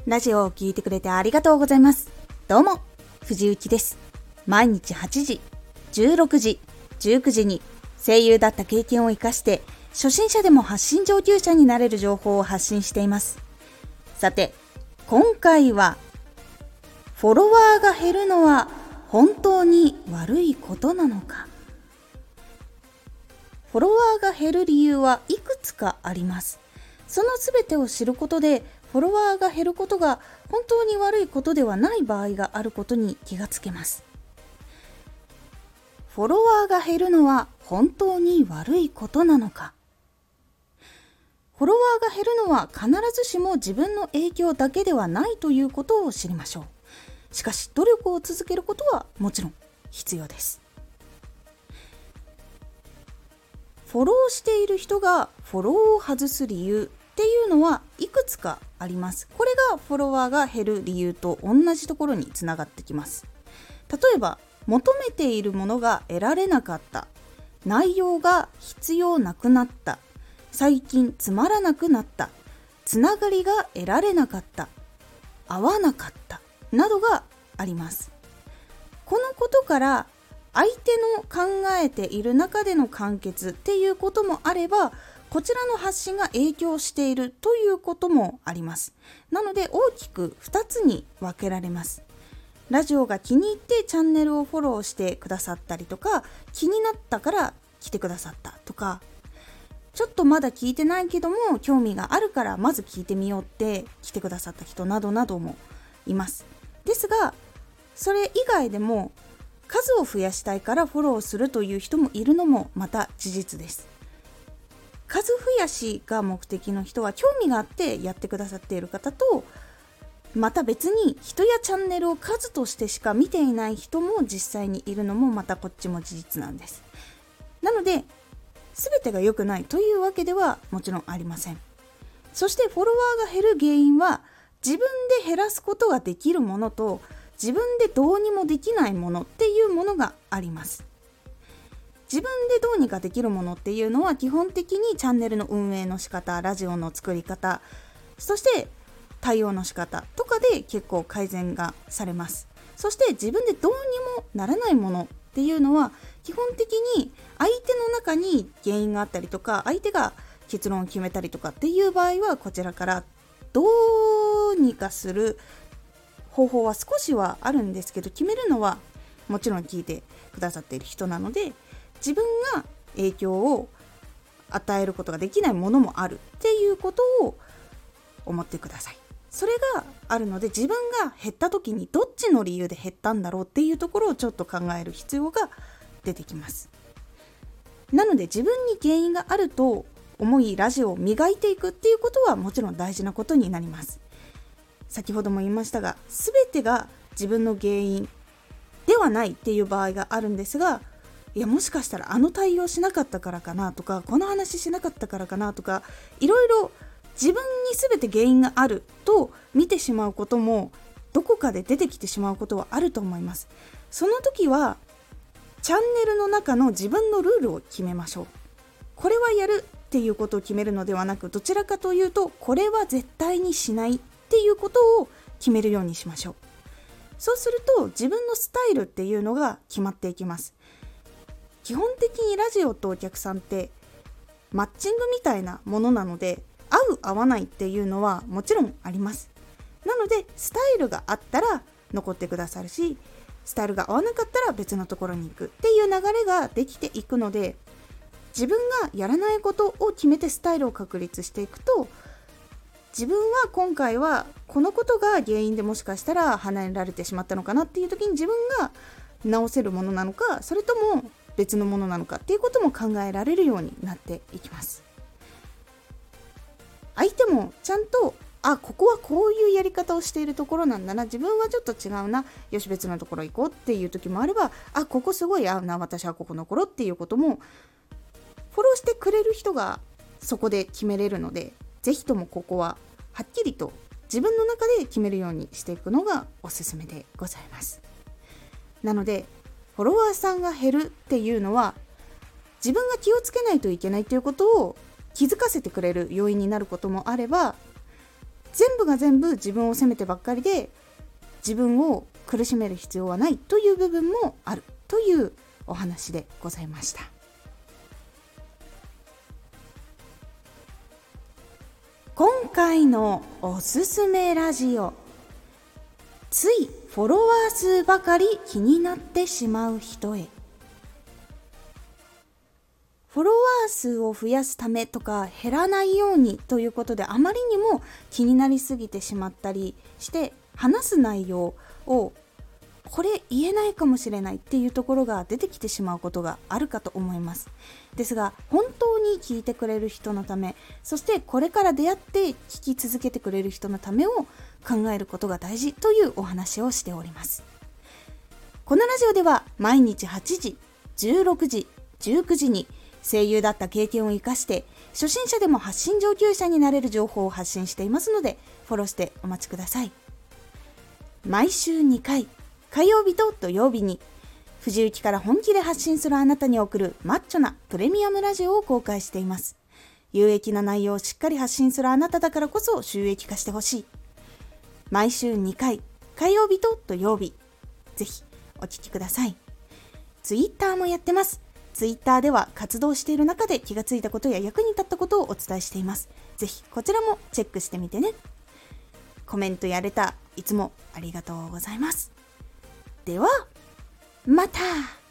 ラジオを聞いてくれてありがとうございます。どうも、藤幸です。毎日8時、16時、19時に声優だった経験を生かして初心者でも発信上級者になれる情報を発信しています。さて、今回はフォロワーが減るのは本当に悪いことなのか。フォロワーが減る理由はいくつかあります。そのすべてを知ることでフォロワーが減ることが本当に悪いことではない場合があることに気がつけます。フォロワーが減るのは本当に悪いことなのか。フォロワーが減るのは必ずしも自分の影響だけではないということを知りましょう。しかし努力を続けることはもちろん必要です。フォローしている人がフォローを外す理由っていうのはいくつかあります。これがフォロワーが減る理由と同じところにつながってきます。例えば、求めているものが得られなかった、内容が必要なくなった、最近つまらなくなった、つながりが得られなかった、合わなかったなどがあります。このことから相手の考えている中での完結っていうこともあれば、こちらの発信が影響しているということもあります。なので大きく2つに分けられます。ラジオが気に入ってチャンネルをフォローしてくださったりとか、気になったから来てくださったとか、ちょっとまだ聞いてないけども興味があるからまず聞いてみようって来てくださった人などなどもいます。ですが、それ以外でも数を増やしたいからフォローするという人もいるのもまた事実です。数増やしが目的の人は興味があってやってくださっている方と、また別に人やチャンネルを数としてしか見ていない人も実際にいるのもまたこっちも事実なんです。なので全てが良くないというわけではもちろんありません。そしてフォロワーが減る原因は、自分で減らすことができるものと自分でどうにもできないものっていうものがあります。自分でどうにかできるものっていうのは基本的にチャンネルの運営の仕方、ラジオの作り方、そして対応の仕方とかで結構改善がされます。そして自分でどうにもならないものっていうのは基本的に相手の中に原因があったりとか、相手が結論を決めたりとかっていう場合は、こちらからどうにかする方法は少しはあるんですけど、決めるのはもちろん聞いてくださっている人なので、自分が影響を与えることができないものもあるっていうことを思ってください。それがあるので、自分が減った時にどっちの理由で減ったんだろうっていうところをちょっと考える必要が出てきます。なので自分に原因があると思いラジオを磨いていくっていうことはもちろん大事なことになります。先ほども言いましたが、全てが自分の原因ではないっていう場合があるんですが、いやもしかしたらあの対応しなかったからかなとか、この話しなかったからかなとか、いろいろ自分に全て原因があると見てしまうこともどこかで出てきてしまうことはあると思います。その時はチャンネルの中の自分のルールを決めましょう。これはやるっていうことを決めるのではなく、どちらかというとこれは絶対にしないっていうことを決めるようにしましょう。そうすると自分のスタイルっていうのが決まっていきます。基本的にラジオとお客さんってマッチングみたいなものなので、合う合わないっていうのはもちろんあります。なのでスタイルがあったら残ってくださるし、スタイルが合わなかったら別のところに行くっていう流れができていくので、自分がやらないことを決めてスタイルを確立していくと、自分は今回はこのことが原因でもしかしたら離れられてしまったのかなっていう時に自分が直せるものなのか、それとも別のものなのかっていうことも考えられるようになっていきます。相手もちゃんとここはこういうやり方をしているところなんだな、自分はちょっと違うな、よし別のところ行こうっていう時もあれば、ここすごい合うな、私はここ残ろうっていうこともフォローしてくれる人がそこで決めれるので、ぜひともここははっきりと自分の中で決めるようにしていくのがおすすめでございます。なのでフォロワーさんが減るっていうのは、自分が気をつけないといけないということを気づかせてくれる要因になることもあれば、 全部が全部自分を責めてばっかりで自分を苦しめる必要はないという部分もあるというお話でございました。今回のおすすめラジオ、ついフォロワー数ばかり気になってしまう人へ。フォロワー数を増やすためとか減らないようにということであまりにも気になりすぎてしまったりして話す内容をこれ言えないかもしれないっていうところが出てきてしまうことがあるかと思います。ですが本当に聞いてくれる人のため、そしてこれから出会って聞き続けてくれる人のためを考えることが大事というお話をしております。このラジオでは毎日8時、16時、19時に声優だった経験を生かして初心者でも発信上級者になれる情報を発信していますのでフォローしてお待ちください。毎週2回、火曜日と土曜日に藤雪から本気で発信するあなたに送るマッチョなプレミアムラジオを公開しています。有益な内容をしっかり発信するあなただからこそ収益化してほしい。毎週2回、火曜日と土曜日、ぜひお聞きください。ツイッターもやってます。ツイッターでは活動している中で気がついたことや役に立ったことをお伝えしています。ぜひこちらもチェックしてみてね。コメントやレターいつもありがとうございます。ではまた。